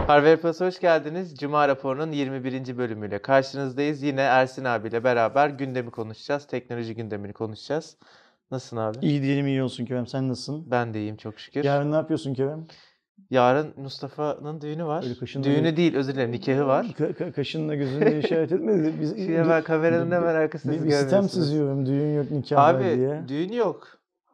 Harvard Plus'a hoş geldiniz. Cuma raporunun 21. bölümüyle karşınızdayız. Yine Ersin abiyle beraber gündemi konuşacağız. Teknoloji gündemini konuşacağız. Nasılsın abi? İyi diyelim, iyi olsun Kerem. Sen nasılsın? Ben de iyiyim çok şükür. Yarın ne yapıyorsun Kerem? Yarın Mustafa'nın düğünü var. Öyle kaşınla Düğünü değil, özür dilerim, nikahı var. Kaşınla gözünle işaret etmedi. Hemen kameranın hemen arkasında bir sistem çiziyorum. Düğün yok, nikah var diye. Abi düğün yok.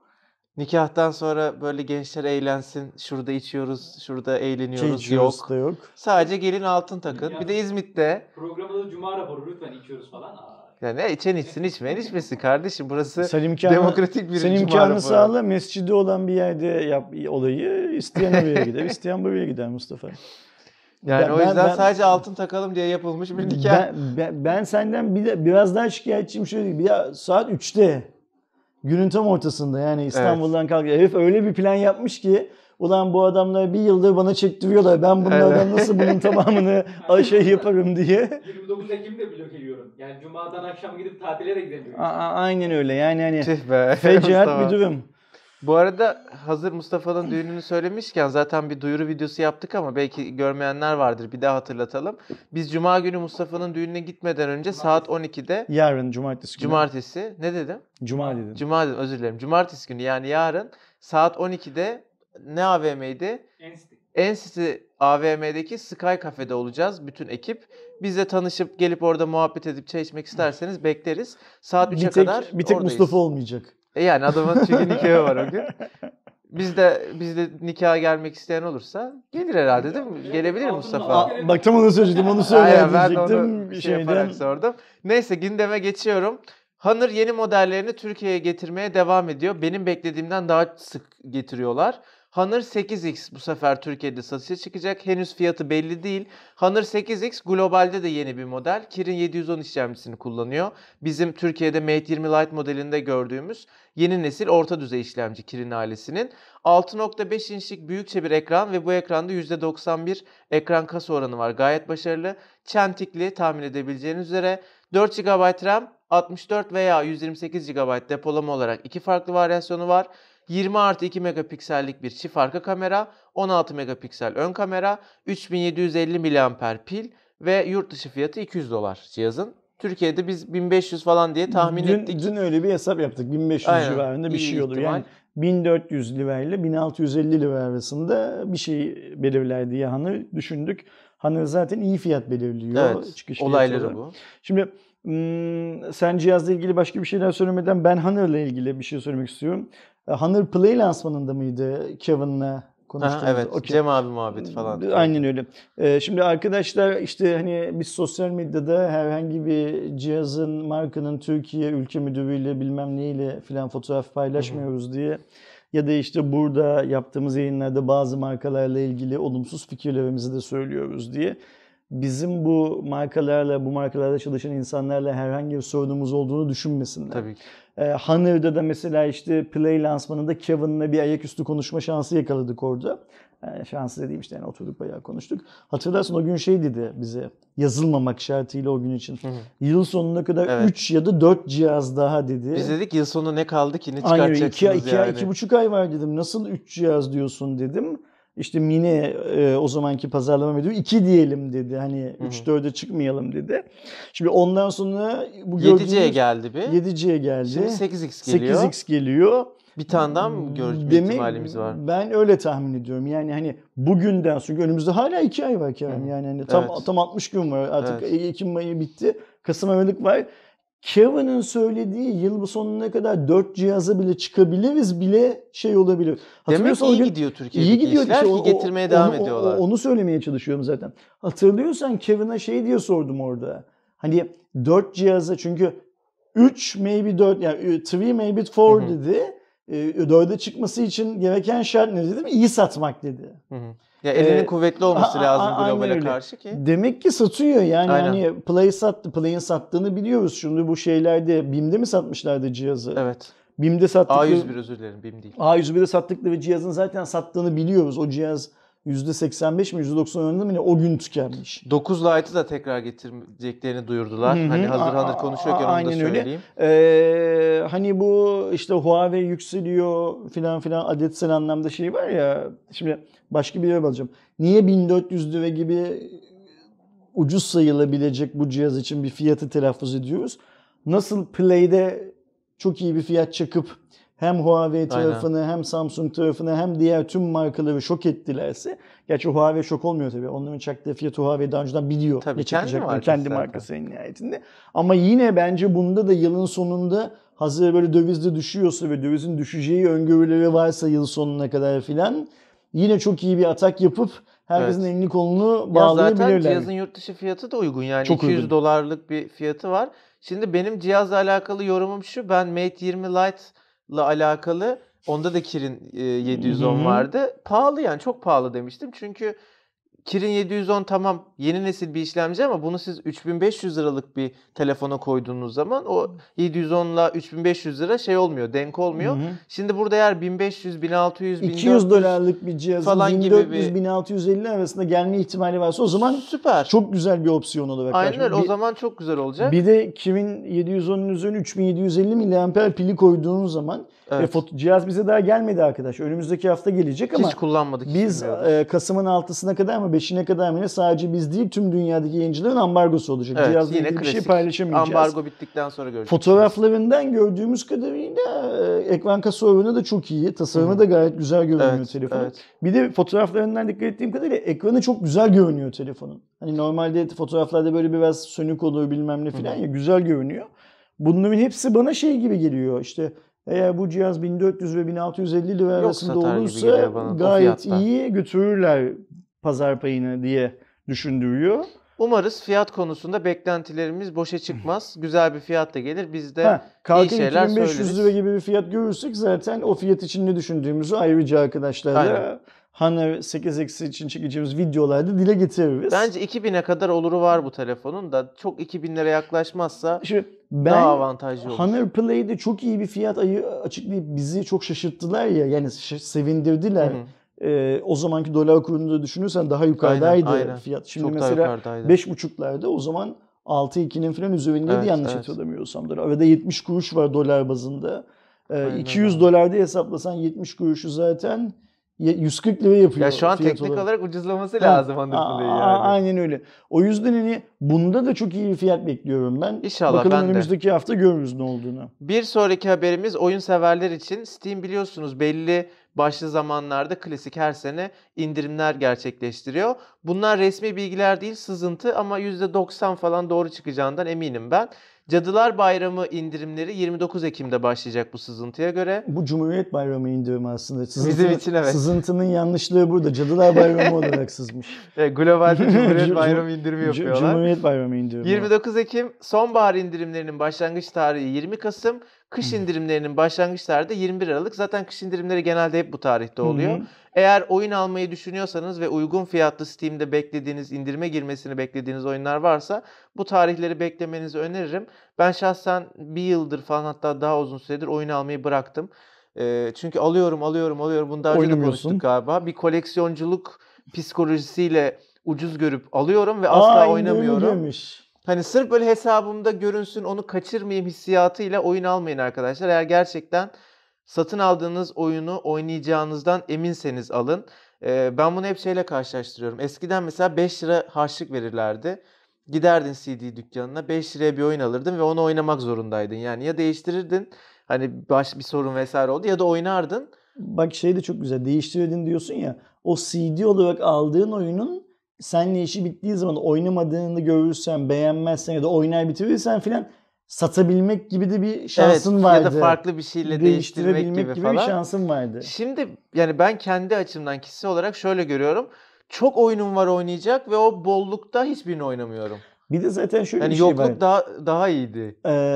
Nikahtan sonra böyle gençler eğlensin. Şurada içiyoruz, şurada eğleniyoruz. Yok. Da yok. Sadece gelin altın takın. Bir de İzmit'te. Programda da Cuma raporu lütfen içiyoruz falan. Yani içen içsin, içmeyen içmesin kardeşim. Burası imkanı, demokratik bir sen Cuma imkanı raporu. sağla, mescidi olan bir yerde yap olayı. İsteyen oraya gider, isteyen buraya gider Mustafa. Yani o yüzden sadece altın takalım diye yapılmış bir nikah. Ben senden biraz daha şikayetçiyim, şöyle değil. Bir de saat 3'te. Günün tam ortasında, yani İstanbul'dan kalkıyor. Herif öyle bir plan yapmış ki ulan bu adamlar bir yıldır bana çektiriyorlar. Ben bunlardan nasıl bunun tamamını yaparım diye. 29 Ekim'de blok ediyorum. Yani Cuma'dan akşam gidip tatile de gidemiyorum. Aynen öyle. Yani hani be, fecaat bir durum. Bu arada hazır Mustafa'nın düğününü söylemişken zaten bir duyuru videosu yaptık ama belki görmeyenler vardır. Bir daha hatırlatalım. Biz Cuma günü Mustafa'nın düğününe gitmeden önce saat 12'de... Yarın cumartesi günü. Cumartesi. Ne dedim? Cuma dedim. Cuma dedim, özür dilerim. Cumartesi günü yani yarın saat 12'de ne AVM'ydi? N-City AVM'deki Sky Cafe'de olacağız bütün ekip. Biz de tanışıp gelip orada muhabbet edip çay içmek isterseniz bekleriz. Saat 3'e kadar bir tek oradayız. Mustafa olmayacak. Yani adamın çünkü nikahı var o gün. Biz de nikaha gelmek isteyen olursa gelir herhalde değil mi? Gelebilir Mustafa. Bak tam onu söyleyecektim. Onu söyleyecektim. Ben de onu yaparak sordum. Neyse gündeme geçiyorum. Honor yeni modellerini Türkiye'ye getirmeye devam ediyor. Benim beklediğimden daha sık getiriyorlar. Honor 8X bu sefer Türkiye'de satışa çıkacak. Henüz fiyatı belli değil. Honor 8X globalde de yeni bir model. Kirin 710 işlemcisini kullanıyor. Bizim Türkiye'de Mate 20 Lite modelinde gördüğümüz yeni nesil orta düzey işlemci Kirin ailesinin. 6.5 inçlik büyükçe bir ekran ve bu ekranda %91 ekran kasa oranı var. Gayet başarılı. Çentikli tahmin edebileceğiniz üzere. 4 GB RAM, 64 veya 128 GB depolama olarak iki farklı varyasyonu var. 20+2 megapiksellik bir çift arka kamera, 16 megapiksel ön kamera, 3750 mAh pil ve yurt dışı fiyatı $200 cihazın. Türkiye'de biz 1500 falan diye tahmin ettik. Dün öyle bir hesap yaptık. 1500 civarında bir şey olur. Yani 1400 lira ile 1650 lira arasında bir şey belirler diye düşündük. Zaten iyi fiyat belirliyor. Evet, çıkış olayları bu. Şimdi sen cihazla ilgili başka bir şeyler söylemeden ben Honor'la ilgili bir şey söylemek istiyorum. Honor Play lansmanında mıydı Kevin'la konuştuğumuzda? Evet, okay. Cem abi muhabbeti falan. Aynen öyle. Şimdi arkadaşlar işte hani biz sosyal medyada herhangi bir cihazın, markanın Türkiye ülke müdürüyle bilmem neyle filan fotoğraf paylaşmıyoruz diye ya da işte burada yaptığımız yayınlarda bazı markalarla ilgili olumsuz fikirlerimizi de söylüyoruz diye. Bizim bu markalarda çalışan insanlarla herhangi bir sorunumuz olduğunu düşünmesinler. Tabii ki. Honor'da da mesela işte Play lansmanında Kevin'le bir ayaküstü konuşma şansı yakaladık orada. Şansı dediğim işte yani oturduk bayağı konuştuk. Hatırlarsın o gün şey dedi bize, yazılmamak şartıyla o gün için. Yıl sonuna kadar 3 ya da 4 cihaz daha dedi. Biz dedik yıl sonu ne kaldı ki, ne çıkartacaksınız yani. 2,5 ay var dedim. Nasıl 3 cihaz diyorsun dedim. İşte Mini o zamanki pazarlama müdürü 2 diyelim dedi. Hani 3-4'e çıkmayalım dedi. Şimdi ondan sonra bu 7C'ye geldi bir. 7C'ye geldi. Şimdi 8X geliyor. 8X geliyor. Bir tane daha mı görme ihtimalimiz var? Ben öyle tahmin ediyorum. Yani hani bugünden çünkü önümüzde hala 2 ay var Kerem. Yani hani tam 60 gün var. Artık Ekim ayı bitti. Kasım Aralık var. Kevin'in söylediği yıl sonuna kadar 4 cihaza bile çıkabiliriz bile şey olabilir. Demek iyi gidiyor Türkiye'deki işler ki getirmeye devam ediyorlar. Onu söylemeye çalışıyorum zaten. Hatırlıyorsan Kevin'a şey diye sordum orada. Hani 4 cihaza çünkü 3 maybe 4 yani 3 maybe 4 dedi. 4'e çıkması için gereken şart ne dedim? İyi satmak dedi. Ya elinin kuvvetli olması lazım globale karşı ki. Demek ki satıyor yani hani Play'in sattığını biliyoruz. Şimdi bu şeylerde BİM'de mi satmışlardı cihazı? Evet. BİM'de sattıkları A101 özür dilerim BİM değil. A101'de sattıkları cihazın zaten sattığını biliyoruz. O cihaz %85 mi %90 oranında mı ne o gün tükenmiş. 9 Lite'ı da tekrar getireceklerini duyurdular. Hani hazır Honor konuşuyorken onu da söyleyeyim. Hani bu işte Huawei yükseliyor filan filan adetsel anlamda şey var ya. Şimdi başka bir yere bakacağım. Niye 1400 lira gibi ucuz sayılabilecek bu cihaz için bir fiyatı telaffuz ediyoruz? Nasıl Play'de çok iyi bir fiyat çakıp hem Huawei tarafını hem Samsung tarafını hem diğer tüm markaları şok ettilerse, gerçi Huawei şok olmuyor tabii. Onların çaktığı fiyatı Huawei daha önceden biliyor. Tabii, ne çakacaklar kendi markası en nihayetinde. Ama yine bence bunda da yılın sonunda hazır böyle dövizde düşüyorsa ve dövizin düşeceği öngörüleri varsa yıl sonuna kadar filan yine çok iyi bir atak yapıp herkesin elini kolunu bağlayabilirler. Zaten cihazın yurt dışı fiyatı da uygun. Yani çok 200 uygun. dolarlık bir fiyatı var. Şimdi benim cihazla alakalı yorumum şu. Ben Mate 20 Lite'la alakalı, onda da Kirin 710 vardı. Pahalı, yani çok pahalı demiştim. Çünkü Kirin 710 tamam yeni nesil bir işlemci ama bunu siz 3500 liralık bir telefona koyduğunuz zaman o 710'la 3500 lira şey olmuyor, denk olmuyor. Şimdi burada eğer 1500, 1600, 200 dolarlık bir cihazın falan 1400-1650 arasında gelme ihtimali varsa o zaman süper. Çok güzel bir opsiyon olarak. Aynen öyle. O zaman çok güzel olacak. Bir de Kirin 710'un üzerine 3750 mAh pili koyduğun zaman cihaz bize daha gelmedi arkadaş. Önümüzdeki hafta gelecek ama hiç kullanmadık. Biz Kasım'ın 6'sına kadar mı 5'ine kadar mı ne sadece biz değil tüm dünyadaki yayıncıların ambargosu olacak. Evet, Cihazla yine ilgili bir şey klasik. paylaşamayacağız. Ambargo bittikten sonra göreceğiz. Fotoğraflarından gördüğümüz kadarıyla ekran kasa oranı da çok iyi. Tasarımı da gayet güzel görünüyor telefonun. Evet. Bir de fotoğraflarından dikkat ettiğim kadarıyla ekranı çok güzel görünüyor telefonun. Hani normalde fotoğraflarda böyle biraz sönük olur bilmem ne falan ya, güzel görünüyor. Bunların hepsi bana şey gibi geliyor işte. Eğer bu cihaz 1400 ve 1650 lira arasında olursa gayet iyi götürürler pazar payını diye düşündürüyor. Umarız fiyat konusunda beklentilerimiz boşa çıkmaz. Güzel bir fiyat da gelir. Biz de iyi şeyler 2500 lira gibi bir fiyat görürsek zaten o fiyat için ne düşündüğümüzü ayrıca arkadaşlarla Honor 8X için çekeceğimiz videolarda dile getiririz. Bence 2000'e kadar oluru var bu telefonun da. Çok 2000 lira yaklaşmazsa daha avantajlı olur. Honor Play'de çok iyi bir fiyat açıklayıp bizi çok şaşırttılar ya. Yani sevindirdiler. O zamanki dolar kurunu da düşünürsen daha yukarıdaydı fiyat. Şimdi çok mesela 5.5'larda, o zaman 6.2'nin falan üzerindeydi yanlış hatırlamıyorsam. Arada 70 kuruş var dolar bazında. 200 dolarda hesaplasan 70 kuruşu zaten 140 lira yapıyor. Ya şu an teknik olarak ucuzlaması lazım Honor Play'i yani. Aynen öyle. O yüzden hani bunda da çok iyi bir fiyat bekliyorum ben. İnşallah. Bakalım önümüzdeki hafta görürüz ne olduğunu. Bir sonraki haberimiz oyun severler için. Steam biliyorsunuz belli başlı zamanlarda klasik her sene indirimler gerçekleştiriyor. Bunlar resmi bilgiler değil, sızıntı ama %90 falan doğru çıkacağından eminim ben. Cadılar Bayramı indirimleri 29 Ekim'de başlayacak bu sızıntıya göre. Bu Cumhuriyet Bayramı indirimi aslında. Bizim için evet. Sızıntının yanlışlığı burada. Cadılar Bayramı olarak sızmış. Globalde Cumhuriyet Bayramı indirimi yapıyorlar. Cumhuriyet Bayramı indirimi. 29 Ekim sonbahar indirimlerinin başlangıç tarihi 20 Kasım. Kış indirimlerinin başlangıç tarihi de 21 Aralık. Zaten kış indirimleri genelde hep bu tarihte oluyor. Eğer oyun almayı düşünüyorsanız ve uygun fiyatlı Steam'de beklediğiniz, indirime girmesini beklediğiniz oyunlar varsa bu tarihleri beklemenizi öneririm. Ben şahsen bir yıldır falan, hatta daha uzun süredir oyun almayı bıraktım. Çünkü alıyorum. Bunu daha önce de konuştuk galiba. Bir koleksiyonculuk psikolojisiyle ucuz görüp alıyorum ve asla oynamıyorum. Hani sırf böyle hesabımda görünsün, onu kaçırmayayım hissiyatıyla oyun almayın arkadaşlar. Eğer gerçekten satın aldığınız oyunu oynayacağınızdan eminseniz alın. Ben bunu hep şeyle karşılaştırıyorum. Eskiden mesela 5 lira harçlık verirlerdi. Giderdin CD dükkanına 5 liraya bir oyun alırdın ve onu oynamak zorundaydın. Yani ya değiştirirdin, hani bir sorun vesaire oldu, ya da oynardın. Bak şey de çok güzel, değiştirirdin diyorsun ya, o CD olarak aldığın oyunun seninle işi bittiği zaman oynamadığını görürsen, beğenmezsen ya da oynar bitirirsen filan satabilmek gibi de bir şansın vardı. Ya da farklı bir şeyle değiştirmek gibi falan. Bir şansın vardı. Şimdi yani ben kendi açımdan kişisel olarak şöyle görüyorum. Çok oyunum var oynayacak ve o bollukta hiçbirini oynamıyorum. Bir de zaten şöyle bir şey var. Yokluk daha iyiydi.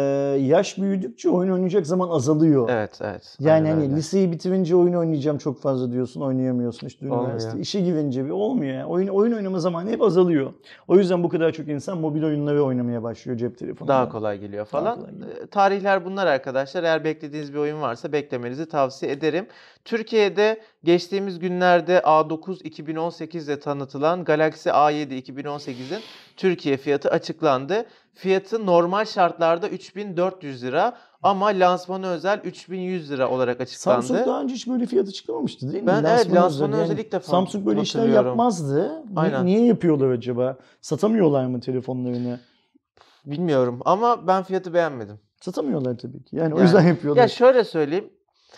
Yaş büyüdükçe oyun oynayacak zaman azalıyor. Evet. Yani hani liseyi bitirince oyun oynayacağım çok fazla diyorsun, oynayamıyorsun işte üniversite. İşe girince bir olmuyor yani. Oyun oynama zamanı hep azalıyor. O yüzden bu kadar çok insan mobil oyunları oynamaya başlıyor cep telefonunda. Daha kolay geliyor falan. Tarihler bunlar arkadaşlar. Eğer beklediğiniz bir oyun varsa beklemenizi tavsiye ederim. Türkiye'de geçtiğimiz günlerde A9 2018'de tanıtılan Galaxy A7 2018'in Türkiye fiyatı açıklandı. Fiyatı normal şartlarda 3.400 lira ama lansmanı özel 3.100 lira olarak açıklandı. Samsung daha önce hiç böyle fiyat açıklamamıştı değil mi? Ben evet lansmanı özel ilk defa Samsung böyle işler hatırlıyorum. yapmazdı. Aynen. Niye yapıyorlar acaba? Satamıyorlar mı telefonlarını? Bilmiyorum ama ben fiyatı beğenmedim. Satamıyorlar tabii ki. Yani o yüzden yapıyorlar. Ya şöyle söyleyeyim.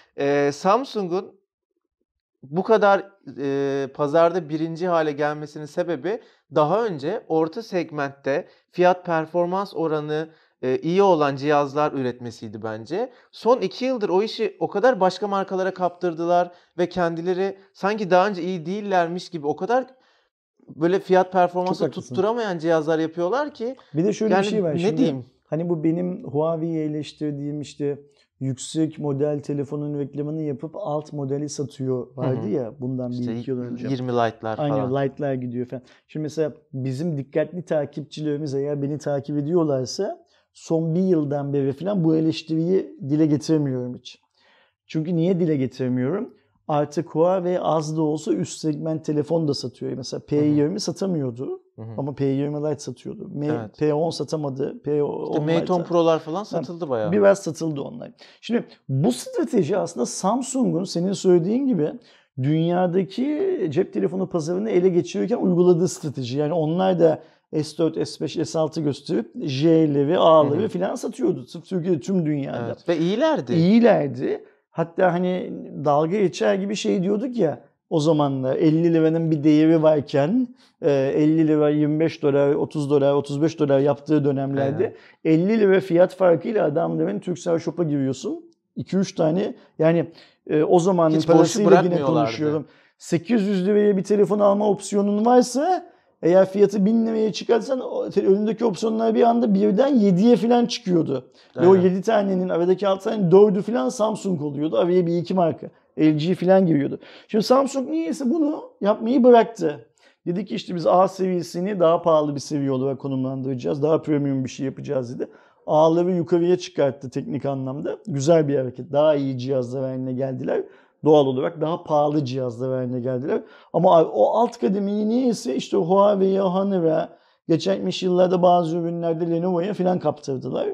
Samsung'un bu kadar pazarda birinci hale gelmesinin sebebi daha önce orta segmentte fiyat performans oranı iyi olan cihazlar üretmesiydi bence. Son 2 yıldır o işi o kadar başka markalara kaptırdılar ve kendileri sanki daha önce iyi değillermiş gibi o kadar böyle fiyat performansı tutturamayan cihazlar yapıyorlar ki. Bir de şöyle bir şey var. Ne şimdi, diyeyim? Hani bu benim Huawei'ye eleştirdiğim işte yüksek model telefonun reklamını yapıp alt modeli satıyor vardı ya bundan İşte 1-2 yıl önce. 20 Lite'lar falan. Aynen Lite'lar gidiyor falan. Şimdi mesela bizim dikkatli takipçilerimiz eğer beni takip ediyorlarsa son bir yıldan beri falan bu eleştiriyi dile getiremiyorum hiç. Çünkü niye dile getiremiyorum? Artık Huawei az da olsa üst segment telefon da satıyor. Mesela P20 satamıyordu. Ama P20 Lite satıyordu. Evet. P10 satamadı. P10 İşte Mate 10 Pro'lar falan satıldı bayağı. Biraz satıldı onlar. Şimdi bu strateji aslında Samsung'un senin söylediğin gibi dünyadaki cep telefonu pazarını ele geçirirken uyguladığı strateji. Yani onlar da S4, S5, S6 gösterip J'leri, A'ları falan satıyordu. Sırf Türkiye'de tüm dünyada. Evet. Ve iyilerdi. İyilerdi. Hatta hani dalga geçer gibi şey diyorduk ya o zamanlar 50 liranın bir değeri varken 50 lira 25 dolar, 30 dolar, 35 dolar yaptığı dönemlerde 50 lira fiyat farkıyla adamların Turkcell Shop'a giriyorsun. 2-3 tane yani o zamanın parasıyla yine konuşuyorum. 800 liraya bir telefon alma opsiyonun varsa eğer fiyatı 1000 liraya çıkarsan önündeki opsiyonlar bir anda birden 7'ye falan çıkıyordu. Ve o 7 tanenin aradaki 6 tane 4'ü falan Samsung oluyordu. Araya bir iki marka. LG falan giriyordu. Şimdi Samsung niyeyse bunu yapmayı bıraktı. Dedi ki işte biz A seviyesini daha pahalı bir seviye olarak konumlandıracağız. Daha premium bir şey yapacağız dedi. A'ları yukarıya çıkarttı teknik anlamda. Güzel bir hareket. Daha iyi cihazlar haline geldiler. Doğal olarak daha pahalı cihazlar haline geldiler. Ama o alt kademeyi niyeyse işte Huawei'ye, Honor'a, geçmiş yıllarda bazı ürünlerde Lenovo'ya falan kaptırdılar.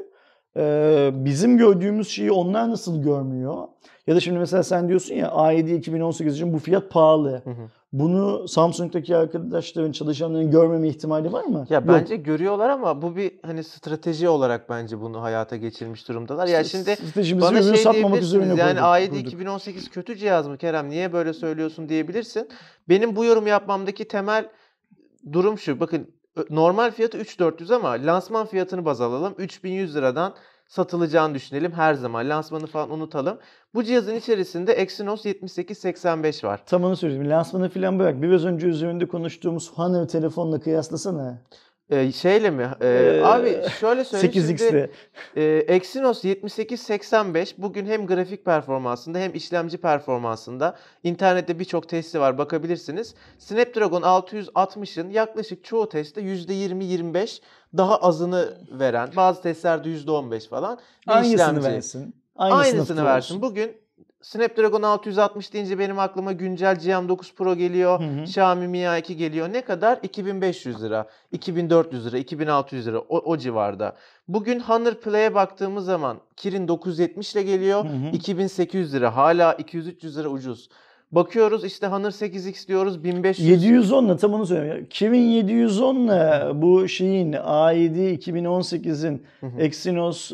Bizim gördüğümüz şeyi onlar nasıl görmüyor? Ya da şimdi mesela sen diyorsun ya A7 2018 için bu fiyat pahalı. Bunu Samsung'daki arkadaşların, çalışanların görmeme ihtimali var mı? Ya bence görüyorlar ama bu bir hani strateji olarak bence bunu hayata geçirmiş durumdalar. Ya şimdi bana şey diyebilirsiniz yani A7 2018 kötü cihaz mı Kerem? Niye böyle söylüyorsun diyebilirsin. Benim bu yorum yapmamdaki temel durum şu. Bakın normal fiyatı 3400 ama lansman fiyatını baz alalım. 3100 liradan satılacağını düşünelim her zaman. Lansmanı falan unutalım. Bu cihazın içerisinde Exynos 7885 var. Tam onu söyleyeyim. Lansmanı falan bırak. Biraz önce üzerinde konuştuğumuz Honor telefonla kıyaslasana. Şeyle mi? Abi şöyle söyleyeyim. 8X'te. Exynos 7885 bugün hem grafik performansında hem işlemci performansında internette birçok testi var bakabilirsiniz. Snapdragon 660'ın yaklaşık çoğu testte %20-25 daha azını veren, bazı testlerde %15 falan bir Aynısını işlemci. versin. Aynısını versin. Bugün Snapdragon 660 deyince benim aklıma güncel GM9 Pro geliyor. Xiaomi Mi A2 geliyor. Ne kadar? 2500 lira, 2400 lira, 2600 lira o civarda. Bugün Honor Play'e baktığımız zaman Kirin 970 ile geliyor. 2800 lira. Hala 200-300 lira ucuz. Bakıyoruz işte Honor 8X diyoruz 1500. 710'la tam onu söylüyorum. Kirin 710'la bu şeyin A7 2018'in Exynos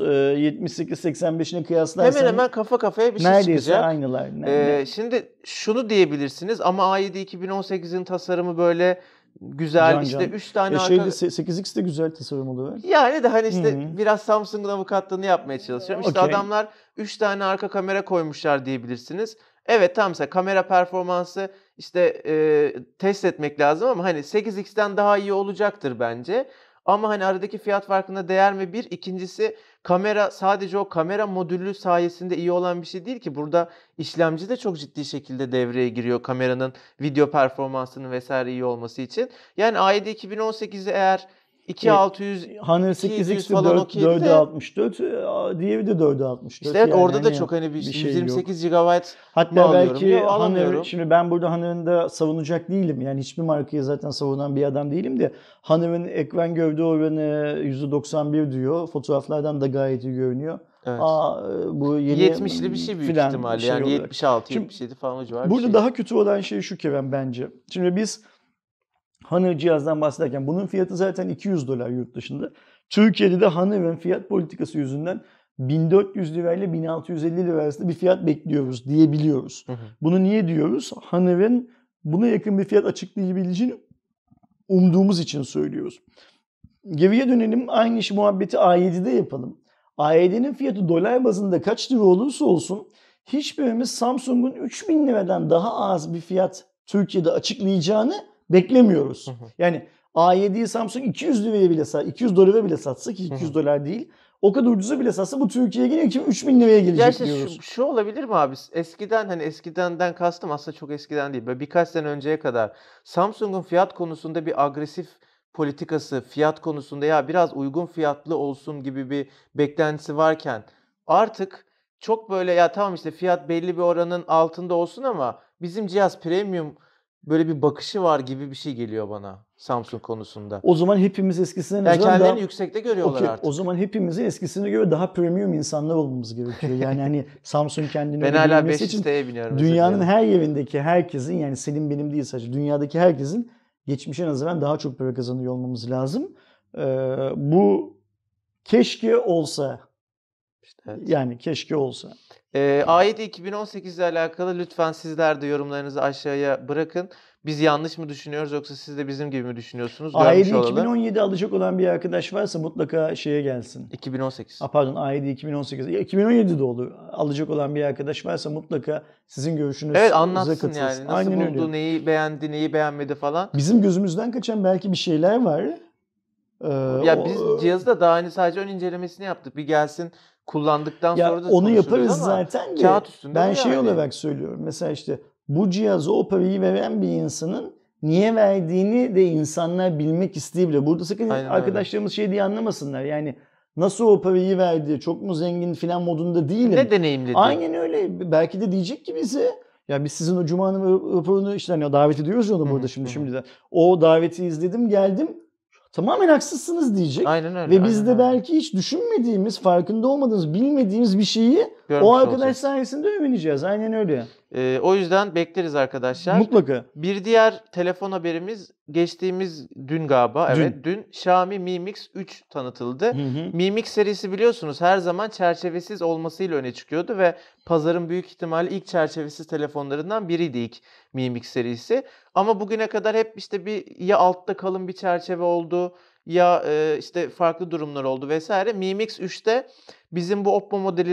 7885'ine kıyaslarsan hemen kafa kafaya bir şey neredeyse çıkacak. aynılar. Şimdi şunu diyebilirsiniz ama A7 2018'in tasarımı böyle güzel işte 3 tane arka... 8X de güzel tasarım oluyor. Yani de hani işte biraz Samsung'un avukatlığını yapmaya çalışıyorum. İşte adamlar 3 tane arka kamera koymuşlar diyebilirsiniz. Evet tamam mesela kamera performansı işte test etmek lazım ama hani 8X'ten daha iyi olacaktır bence. Ama hani aradaki fiyat farkına değer mi? Bir. İkincisi kamera sadece o kamera modülü sayesinde iyi olan bir şey değil ki. Burada işlemci de çok ciddi şekilde devreye giriyor kameranın video performansının vesaire iyi olması için. Yani A7 2018'i eğer 2600 Honor 200 8X de falan 4, okeydi 4'e de. 64, diğeri de 4'e 64. İşte evet, Yani orada da hani çok hani bir bir şey yok. 128 GB mı Hatta alıyorum? belki Yok, Honor, alamıyorum. şimdi ben burada Honor'ın da savunacak değilim. Yani hiçbir markayı zaten savunan bir adam değilim de Honor'ın ekran gövde oranı %91 diyor. Fotoğraflardan da gayet iyi görünüyor. Evet. Bu yeni 70'li bir şey büyük filan ihtimalle. şey Yani olarak. 76, Şimdi 77 falan o civar bir burada şey. daha kötü olan şey şu Kerem bence. Şimdi biz Honor cihazdan bahsederken bunun fiyatı zaten $200 yurt dışında. Türkiye'de de Honor'ın fiyat politikası yüzünden 1400 lirayla 1650 lira arasında bir fiyat bekliyoruz diyebiliyoruz. Hı hı. Bunu niye diyoruz? Honor'ın buna yakın bir fiyat açıklayabileceğini umduğumuz için söylüyoruz. Geriye dönelim, aynı işi muhabbeti A7'de yapalım. A7'nin fiyatı dolar bazında kaç lira olursa olsun hiçbirimiz Samsung'un 3000 liradan daha az bir fiyat Türkiye'de açıklayacağını beklemiyoruz. Hı hı. Yani A7'yi Samsung 200 liraya bile 200 dolara bile satsa ki 200 dolar değil. O kadar ucuza bile satsa bu Türkiye'ye geliyor ki 3000 liraya Ya gelecek işte diyoruz. şu olabilir mi abi? Eskiden hani eskidenden kastım aslında çok eskiden değil. Böyle birkaç sene önceye kadar Samsung'un fiyat konusunda bir agresif politikası, fiyat konusunda ya biraz uygun fiyatlı olsun gibi bir beklentisi varken artık çok böyle ya tamam işte fiyat belli bir oranın altında olsun ama bizim cihaz premium böyle bir bakışı var gibi bir şey geliyor bana Samsung konusunda. O zaman hepimiz eskisinden Yani nazaran kendilerini daha... yüksekte görüyorlar Okey, artık. o zaman hepimizin eskisine göre daha premium insanlar olmamız gerekiyor. Yani hani Samsung kendini Ben öyle hala görmesi 5 için listeye biniyorum, özür dünyanın dilerim. her yerindeki herkesin, yani senin benim değil sadece dünyadaki herkesin geçmişe nazaran daha çok para kazanıyor olmamız lazım. Bu keşke olsa. Evet. Yani keşke olsa. A7 2018 ile alakalı lütfen sizler de yorumlarınızı aşağıya bırakın. Biz yanlış mı düşünüyoruz yoksa siz de bizim gibi mi düşünüyorsunuz? Görmüş A7 olalım. 2017 alacak olan bir arkadaş varsa mutlaka şeye gelsin. 2018. Pardon, A7 2018. 2017'de olur. Alacak olan bir arkadaş varsa mutlaka sizin görüşünüze Evet, anlatsın katılsın. yani. Nasıl Aynen buldu, öyle. neyi beğendi, neyi beğenmedi falan. Bizim gözümüzden kaçan belki bir şeyler var. Ya biz cihazda daha hani sadece ön incelemesini yaptık. Bir gelsin, kullandıktan Ya sonra da onu konuşuruz yaparız ama zaten de kağıt üstünde ben bu şey yani. olarak söylüyorum. Mesela işte bu cihazı o parayı veren bir insanın niye verdiğini de insanlar bilmek isteyebilir. Burada sakın Aynen öyle. arkadaşlarımız şey diye anlamasınlar. Yani nasıl o parayı verdi, çok mu zengin filan modunda değilim. Ne deneyimledi? Aynen öyle. Belki de diyecek ki bize ya biz sizin o Cuma'nın raporunu işte hani o davet ediyoruz ya onu burada şimdiden. O daveti izledim geldim. Tamamen haksızsınız diyecek. Aynen öyle. Ve biz aynen de öyle. belki hiç düşünmediğimiz, farkında olmadığımız, bilmediğimiz bir şeyi Görmüş o arkadaş olacağız. sayesinde öğreneceğiz. Aynen öyle. O yüzden bekleriz arkadaşlar. Mutlaka. Bir diğer telefon haberimiz geçtiğimiz dün galiba. Dün. Evet, dün Xiaomi Mi Mix 3 tanıtıldı. Hı hı. Mi Mix serisi biliyorsunuz her zaman çerçevesiz olmasıyla öne çıkıyordu ve pazarın büyük ihtimalle ilk çerçevesiz telefonlarından biriydi ilk Mi Mix serisi. Ama bugüne kadar hep işte bir ya altta kalın bir çerçeve oldu ya işte farklı durumlar oldu vesaire. Mi Mix 3'te bizim bu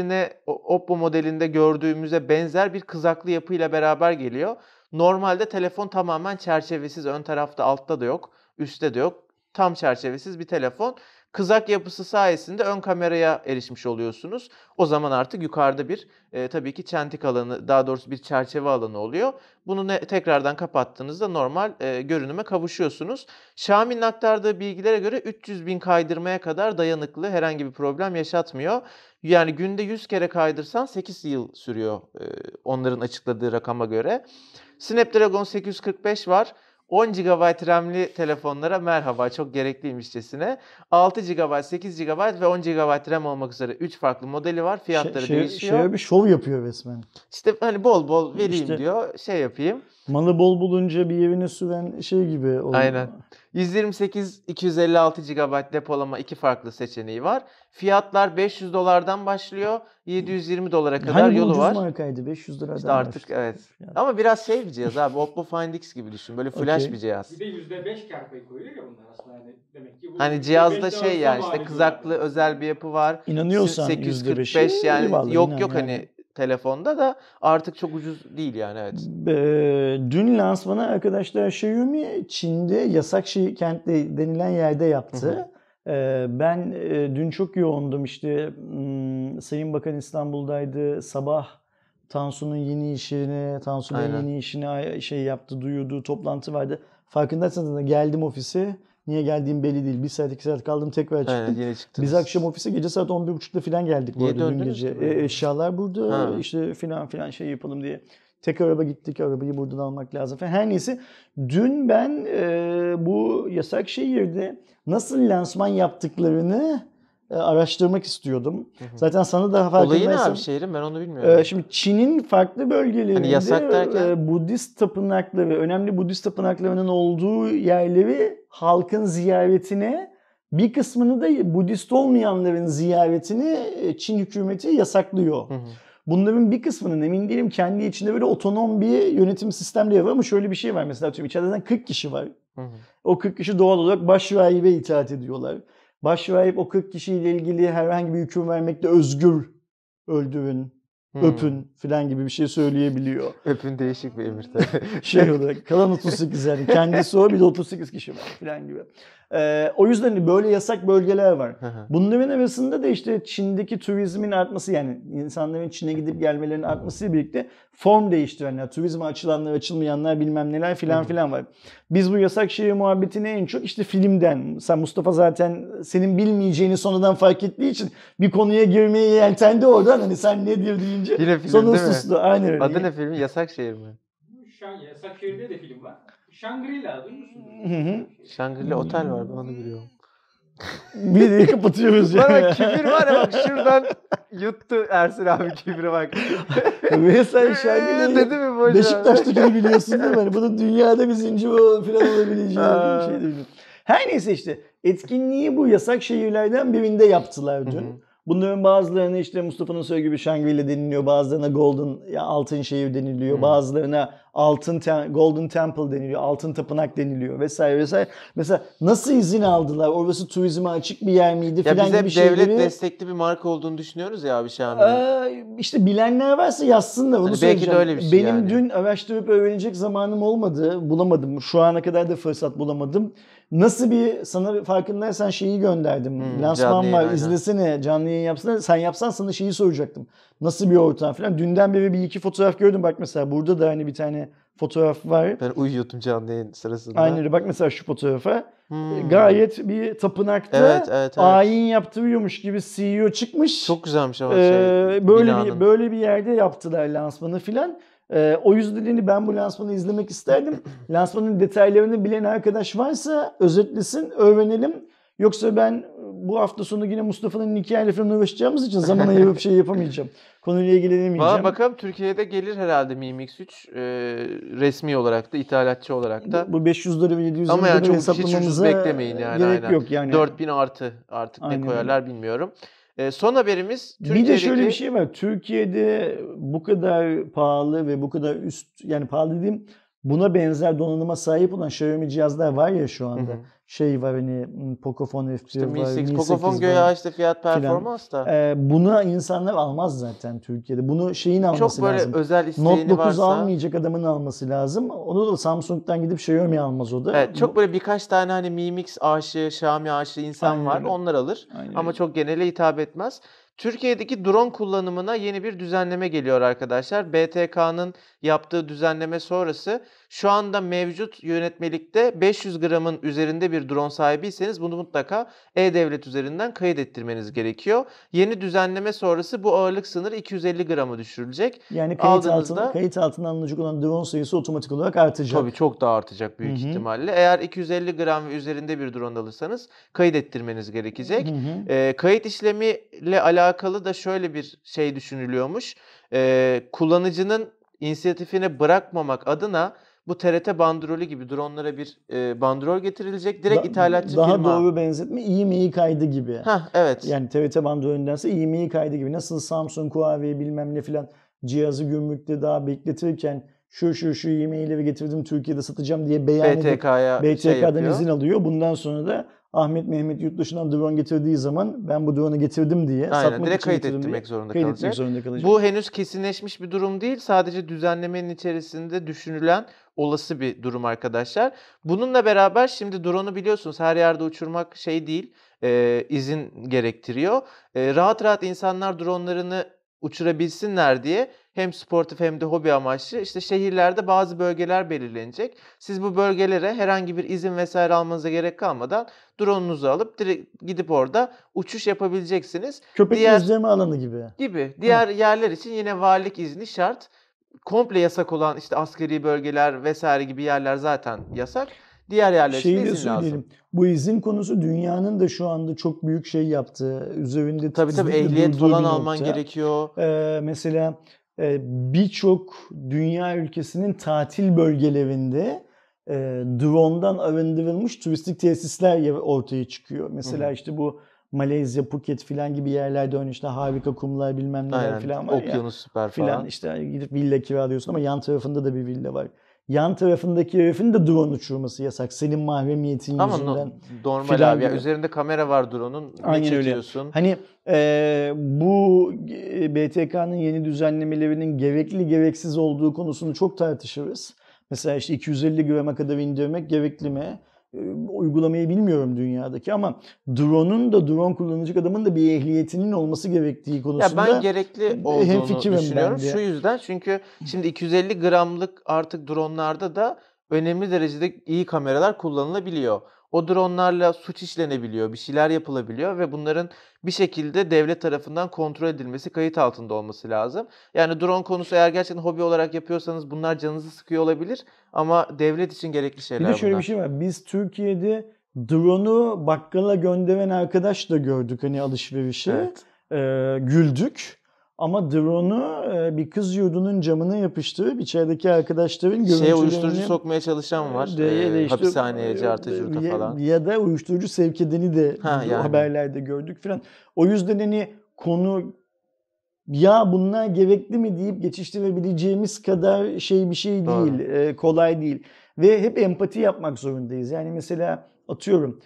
Oppo modelinde gördüğümüze benzer bir kızaklı yapıyla beraber geliyor. Normalde telefon tamamen çerçevesiz. Ön tarafta, altta da yok, üstte de yok. Tam çerçevesiz bir telefon. Kızak yapısı sayesinde ön kameraya erişmiş oluyorsunuz. O zaman artık yukarıda bir tabii ki çentik alanı, daha doğrusu bir çerçeve alanı oluyor. Bunu tekrardan kapattığınızda normal görünüme kavuşuyorsunuz. Xiaomi'nin aktardığı bilgilere göre 300.000 kaydırmaya kadar dayanıklı, herhangi bir problem yaşatmıyor. Yani günde 100 kere kaydırsan 8 yıl sürüyor onların açıkladığı rakama göre. Snapdragon 845 var. 10 GB RAM'li telefonlara merhaba, çok gerekliymişçesine. 6 GB, 8 GB ve 10 GB RAM olmak üzere 3 farklı modeli var. Fiyatları değişiyor. Şöyle bir şov yapıyor resmen. İşte hani bol bol vereyim İşte diyor, şey yapayım. malı bol bulunca bir evine süren şey gibi oldu. Aynen. 128, 256 GB depolama, 2 farklı seçeneği var. Fiyatlar $500'dan başlıyor. $720 kadar Hani bu yolu ucuz var. markaydı 500 liradan İşte artık başlıyor. evet. Ama biraz şey bir cihaz abi. Oppo Find X gibi düşün. Böyle flash Okey. bir cihaz. Bir de %5 kâr payı koyuyor ya bunlar aslında. Yani demek ki bu Hani %5 cihazda de şey alsa yani mal işte ediyor kızaklı abi. özel bir yapı var. İnanıyorsan 845 %5'i yani eyvallah, yok inan yok yani. hani telefonda da artık çok ucuz değil yani evet. Dün lansmanı arkadaşlar Xiaomi Çin'de yasak kentli denilen yerde yaptı. Ben dün çok yoğundum işte Sayın Bakan İstanbul'daydı. Sabah Tansu'nun yeni işini, Tansu Bey'in Aynen. yeni işini şey yaptı, duyurdu, toplantı vardı. Farkındaysanız da geldim ofise. Niye geldiğim belli değil. 1 saat 2 saat kaldım tekrar çıktım. Aynen, yine çıktınız. Biz akşam ofise gece saat 11.30'da falan geldik bu Niye arada dün döndünüz gece. ki? Eşyalar burada Ha. işte filan şey yapalım diye. Tek araba gittik, arabayı buradan almak lazım falan. Her neyse dün ben bu Yasakşehir'de nasıl lansman yaptıklarını araştırmak istiyordum. Zaten sana da Olayı ne farkındaysan. abi şehrin? Ben onu bilmiyorum. Şimdi Çin'in farklı bölgelerinde Hani yasak derken? Budist tapınakları, önemli Budist tapınaklarının olduğu yerleri halkın ziyaretine, bir kısmını da Budist olmayanların ziyaretini Çin hükümeti yasaklıyor. Hı hı. Bunların bir kısmının emin değilim kendi içinde böyle otonom bir yönetim sistemleri var ama şöyle bir şey var mesela atıyorum içeride 40 kişi var. Hı hı. O 40 kişi doğal olarak başrahibe itaat ediyorlar. Başrahip o 40 kişiyle ilgili herhangi bir hüküm vermekte özgür, öldürün, öpün filan gibi bir şey söyleyebiliyor. Öpün değişik bir emir tabii. Şey olarak kalan 38 yani kendisi o bir de 38 kişi var filan gibi. O yüzden de böyle yasak bölgeler var. Bunların arasında da işte Çin'deki turizmin artması yani insanların Çin'e gidip gelmelerinin artmasıyla birlikte form değiştirenler, turizme açılanlar, açılmayanlar bilmem neler filan var. Biz bu Yasakşehir muhabbetini en çok işte filmden, sen Mustafa zaten senin bilmeyeceğini sonradan fark ettiği için bir konuya girmeye yeltendi oradan hani sen nedir deyince Yine film sonra değil mi? sustu. Aynen öyle. Adı ne filmin? Yasakşehir mi? Yasakşehir'de de film var. Shangri-La duymuşsunuz. Shangri-La Otel var, ben onu biliyorum. Bir de kapatıyoruz Bak yani. kibir var ya, bak şuradan yuttu Ersin abi kibire bak. Ve sen Shangri-La'yı Dedi mi boş ver? Beşiktaş'takini biliyorsun değil mi? Hani bunun dünyada bir zincir falan olabileceği bir şey değil. Her neyse işte etkinliği bu yasak şehirlerden birinde yaptılar dün. Bunların bazılarına işte Mustafa'nın söylediği gibi Shangri-La deniliyor, bazılarına Golden ya Altın Şehir deniliyor, bazılarına Golden Temple deniliyor, Altın Tapınak deniliyor vesaire vesaire. Mesela nasıl izin aldılar? Orası turizme açık bir yer miydi Ya filan biz gibi hep şeyleri. devlet destekli bir marka olduğunu düşünüyoruz ya abi Şamil'in. İşte bilenler varsa yazsınlar onu Hani belki söyleyeceğim. de öyle bir şey Benim yani. dün araştırıp öğrenecek zamanım olmadı. Bulamadım. Şu ana kadar da fırsat bulamadım. Nasıl bir sana farkındaysan şeyi gönderdim. Lansman canlı var yayın, izlesene canlı yayın yapsana. Sen yapsan sana şeyi soracaktım. Nasıl bir ortam falan. Dünden beri bir iki fotoğraf gördüm. Bak mesela burada da hani bir tane fotoğraf var. Ben uyuyordum canlı yayın sırasında. Aynen öyle. Bak mesela şu fotoğrafa. Gayet bir tapınakta Evet. ayin yaptırıyormuş gibi CEO çıkmış. Çok güzelmiş ama Böyle bir yerde yaptılar lansmanı filan. O yüzden ben bu lansmanı izlemek isterdim. Lansmanın detaylarını bilen arkadaş varsa özetlesin, öğrenelim. Yoksa ben bu hafta sonu yine Mustafa'nın hikayeyle falan uğraşacağımız için zaman ayırıp şey yapamayacağım. Konuyla ilgilenemeyeceğim. Valla bakalım Türkiye'de gelir herhalde Mimi X3 resmi olarak da, ithalatçı olarak da. Bu 500 dolar ve 700 Ama yani dolar çok hiç ucuz hesaplamamıza beklemeyin yani. gerek aynen. yok yani. 4000 artı artık Aynen ne koyarlar bilmiyorum. Son haberimiz Bir de şöyle bir şey var. Türkiye'de bu kadar pahalı ve bu kadar üst yani pahalı dediğim buna benzer donanıma sahip olan Xiaomi cihazlar var ya şu anda. Şey var hani Pocophone F1 İşte Mi var, 8, Mi Pocophone 8 göya var işte fiyat performans da. Buna insanlar almaz zaten Türkiye'de. Bunu şeyin alması Çok böyle lazım. özel isteğini Note 9 varsa. almayacak adamın alması lazım. Onu da Samsung'dan gidip Xiaomi almaz o da. Evet, çok böyle birkaç tane hani Mi Mix aşığı, Xiaomi aşığı insan Aynen var. öyle. Onlar alır. Aynen Ama öyle. çok genele hitap etmez. Türkiye'deki drone kullanımına yeni bir düzenleme geliyor arkadaşlar. BTK'nın yaptığı düzenleme sonrası şu anda mevcut yönetmelikte 500 gramın üzerinde bir drone sahibiyseniz bunu mutlaka E-Devlet üzerinden kayıt ettirmeniz gerekiyor. Yeni düzenleme sonrası bu ağırlık sınırı 250 grama düşürülecek. Yani Aldığınızda kayıt altına alınacak olan drone sayısı otomatik olarak artacak. tabii çok daha artacak büyük ihtimalle. Eğer 250 gram ve üzerinde bir drone alırsanız kayıt ettirmeniz gerekecek. Kayıt işlemiyle alakalı da şöyle bir şey düşünülüyormuş. Kullanıcının inisiyatifine bırakmamak adına bu TRT bandrolü gibi dronlara bir bandrol getirilecek. Direkt ithalatçı daha firma. doğru benzetme IMEI kaydı gibi. Evet. Yani TRT bandrolündense IMEI kaydı gibi. Nasıl Samsung, Huawei bilmem ne filan cihazı gümrükte daha bekletirken şu IMEI'leri getirdim Türkiye'de satacağım diye beyan edip BTK'ya BTK'dan izin alıyor. Bundan sonra da Ahmet Mehmet yurt dışından drone getirdiği zaman ben bu drone'u getirdim diye satmak direkt için kayıt getirdim ettirmek diye zorunda kayıt kalacak. etmek zorunda kalacak. Bu henüz kesinleşmiş bir durum değil. Sadece düzenlemenin içerisinde düşünülen olası bir durum arkadaşlar. Bununla beraber şimdi drone'u biliyorsunuz her yerde uçurmak şey değil, izin gerektiriyor. Rahat rahat insanlar drone'larını uçurabilsinler diye hem sportif hem de hobi amaçlı işte şehirlerde bazı bölgeler belirlenecek. Siz bu bölgelere herhangi bir izin vesaire almanıza gerek kalmadan drone'unuzu alıp direkt gidip orada uçuş yapabileceksiniz. Köpek gezdirme alanı gibi. Diğer yerler için yine valilik izni şart. Komple yasak olan işte askeri bölgeler vesaire gibi yerler zaten yasak. Diğer yerler için izin lazım. Bu izin konusu dünyanın da şu anda çok büyük şey yaptığı, üzerinde tabii ehliyet falan alman gerekiyor. Mesela birçok dünya ülkesinin tatil bölgelerinde drone'dan arındırılmış turistik tesisler ortaya çıkıyor. Mesela işte bu Malezya, Phuket filan gibi yerlerde işte harika kumlar bilmem neler filan var ya. Okyanus süper falan. İşte gidip villa kiralıyorsun ama yan tarafında da bir villa var. Yan tarafındaki herifin de drone uçurması yasak. Senin mahremiyetin yüzünden. Ama normal abi. Ya, üzerinde kamera var drone'un. Ne çekiyorsun? Öyle. Hani bu BTK'nın yeni düzenlemelerinin gerekli gereksiz olduğu konusunu çok tartışırız. Mesela işte 250 grama kadar indirmek gerekli mi? Uygulamayı bilmiyorum dünyadaki ama drone kullanacak adamın da bir ehliyetinin olması gerektiği konusunda ben gerekli olduğunu düşünüyorum. Şu yüzden çünkü şimdi 250 gramlık artık drone'larda da önemli derecede iyi kameralar kullanılabiliyor. O drone'larla suç işlenebiliyor, bir şeyler yapılabiliyor ve bunların bir şekilde devlet tarafından kontrol edilmesi, kayıt altında olması lazım. Yani drone konusu eğer gerçekten hobi olarak yapıyorsanız bunlar canınızı sıkıyor olabilir ama devlet için gerekli şeyler bunlar. Bir de şöyle bir şey var. Biz Türkiye'de drone'u bakkala gönderen arkadaş da gördük hani alışverişe. Evet. Güldük. Ama drone'u bir kız yurdunun camına yapıştırıp içerideki arkadaşların görüntülerini... uyuşturucu sokmaya çalışan var. Hapishaneye, cartı curta falan. Ya da uyuşturucu sevk edeni de haberlerde gördük falan. O yüzden hani konu ya bunlar gerekli mi deyip geçiştirebileceğimiz kadar bir şey değil. Kolay değil. Ve hep empati yapmak zorundayız. Yani mesela atıyorum...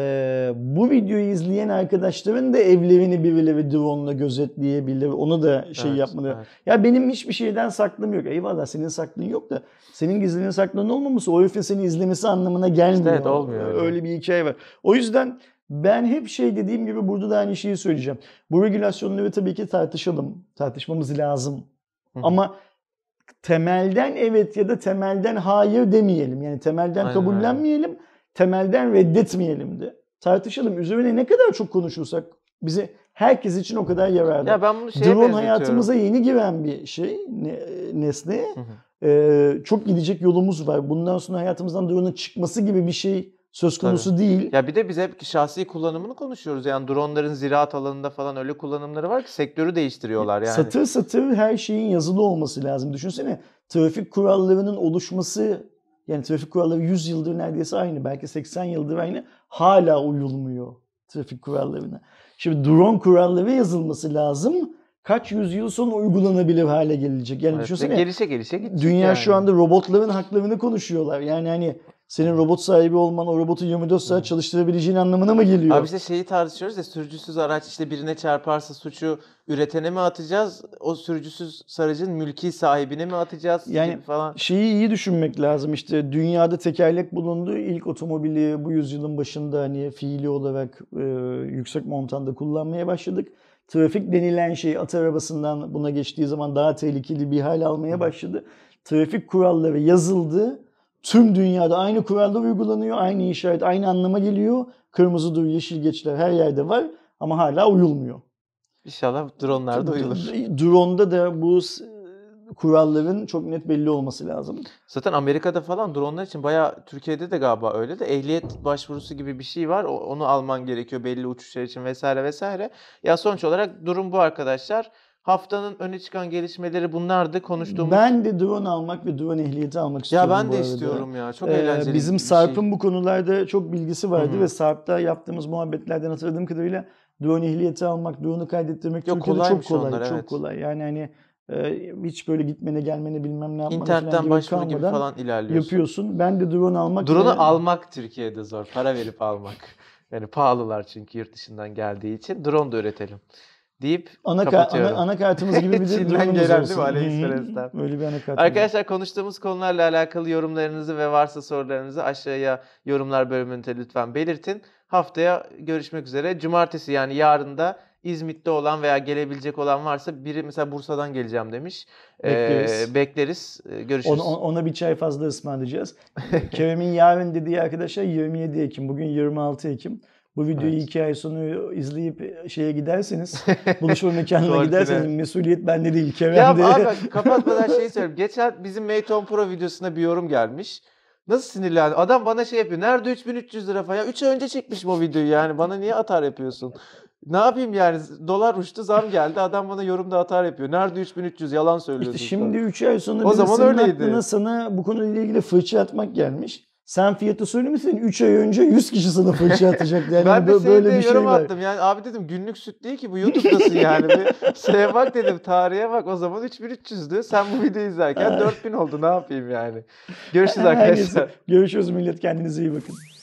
bu videoyu izleyen arkadaşların da evlerini birileri drone'la gözetleyebilir. Onu da yapmalı. Evet. Ya benim hiçbir şeyden saklım yok. Eyvallah senin saklın yok da senin gizlinin saklının olmaması o herifin seni izlemesi anlamına gelmiyor. İşte olmuyor. Öyle bir hikaye var. O yüzden ben hep dediğim gibi burada da aynı şeyi söyleyeceğim. Bu regülasyonları tabii ki tartışalım. Tartışmamız lazım. Ama temelden evet ya da temelden hayır demeyelim. Yani temelden kabullenmeyelim. Temelden reddetmeyelim de. Tartışalım. Üzerine ne kadar çok konuşursak bize herkes için o kadar yararlı. Ya ben bunu drone hayatımıza yeni giren bir nesne. Çok gidecek yolumuz var. Bundan sonra hayatımızdan drone'un çıkması gibi bir şey söz konusu değil. Ya bir de biz hep şahsi kullanımını konuşuyoruz. Yani drone'ların ziraat alanında falan öyle kullanımları var ki sektörü değiştiriyorlar yani. Satır satır her şeyin yazılı olması lazım. Düşünsene trafik kurallarının oluşması. Yani trafik kuralları 100 yıldır neredeyse aynı. Belki 80 yıldır aynı. Hala uyulmuyor trafik kurallarına. Şimdi drone kuralları yazılması lazım. Kaç yüzyıl sonra uygulanabilir hale gelecek. Yani düşünsene. Gelişe gidecek. Dünya şu anda robotların haklarını konuşuyorlar. Yani hani senin robot sahibi olman o robotu 24 saat çalıştırabileceğin anlamına mı geliyor? Abi işte tartışıyoruz ya sürücüsüz araç işte birine çarparsa suçu üretene mi atacağız? O sürücüsüz aracın mülki sahibine mi atacağız? Yani falan. Şeyi iyi düşünmek lazım. İşte dünyada tekerlek bulundu. İlk otomobili bu yüzyılın başında hani fiili olarak yüksek montanda kullanmaya başladık. Trafik denilen şey at arabasından buna geçtiği zaman daha tehlikeli bir hal almaya başladı. Trafik kuralları yazıldı. Tüm dünyada aynı kurallar uygulanıyor. Aynı işaret aynı anlama geliyor. Kırmızı dur, yeşil geçler her yerde var ama hala uyulmuyor. İnşallah drone'larda uyulur. Drone'da da bu kuralların çok net belli olması lazım. Zaten Amerika'da falan drone'lar için bayağı Türkiye'de de galiba öyle de ehliyet başvurusu gibi bir şey var. Onu alman gerekiyor belli uçuşlar için vesaire vesaire. Ya sonuç olarak durum bu arkadaşlar. Haftanın öne çıkan gelişmeleri bunlardı konuştuğumuz. Ben de drone almak ve drone ehliyeti almak istiyorum. Ya ben de istiyorum ya. Çok eğlenceli. Bizim Sarp'ın bu konularda çok bilgisi vardı ve Sarp'ta yaptığımız muhabbetlerden hatırladığım kadarıyla drone ehliyeti almak, drone'u kaydettirmek Türkiye'de çok kolay. Onlar, çok kolay. Yani hani hiç böyle gitmene gelmene bilmem ne yapmana İnternetten başvuru gibi falan ilerliyorsun. Yapıyorsun. Ben de drone almak. Drone'u almak Türkiye'de zor. Para verip almak. Yani pahalılar çünkü yurt dışından geldiği için. Drone da üretelim deyip kapatıyorum. Anakartımız gibi bir de Çin'den gelen değil mi? Aleyhisselam. Böyle bir anakart. Arkadaşlar konuştuğumuz konularla alakalı yorumlarınızı ve varsa sorularınızı aşağıya yorumlar bölümünde lütfen belirtin. Haftaya görüşmek üzere. Cumartesi yani yarın da İzmit'te olan veya gelebilecek olan varsa, biri mesela Bursa'dan geleceğim demiş. Bekleriz. Görüşürüz. Ona bir çay fazla ısmarlayacağız. Kerem'in yarın dediği arkadaşlar 27 Ekim. Bugün 26 Ekim. Bu videoyu 2 ay sonra izleyip şeye giderseniz, buluşma mekanına giderseniz mesuliyet bende değil, Kerem'de. Ya abi bak, kapatmadan şeyi söyleyeyim. Geçen bizim Mate 10 Pro videosuna bir yorum gelmiş. Nasıl sinirlendi? Adam bana şey yapıyor. Nerede 3300 lira falan? Ya 3 ay önce çekmişim o videoyu yani. Bana niye atar yapıyorsun? Ne yapayım yani? Dolar uçtu, zam geldi. Adam bana yorumda atar yapıyor. Nerede 3300? Yalan söylüyorsun. İşte şimdi 3 ay sonra o zaman öyleydi. Aklına sana bu konuyla ilgili fırça atmak gelmiş. Sen fiyatı söylemişsin, 3 ay önce 100 kişi sana fırça atacak. Yani ben de böyle bir yorum şey var. attım. Yani abi dedim, günlük süt değil ki bu, YouTube'dasın yani. Bir şeye bak dedim, tarihe bak. O zaman 3300'dü. Sen bu videoyu izlerken 4000 oldu. Ne yapayım yani? Görüşürüz arkadaşlar. Görüşürüz millet. Kendinize iyi bakın.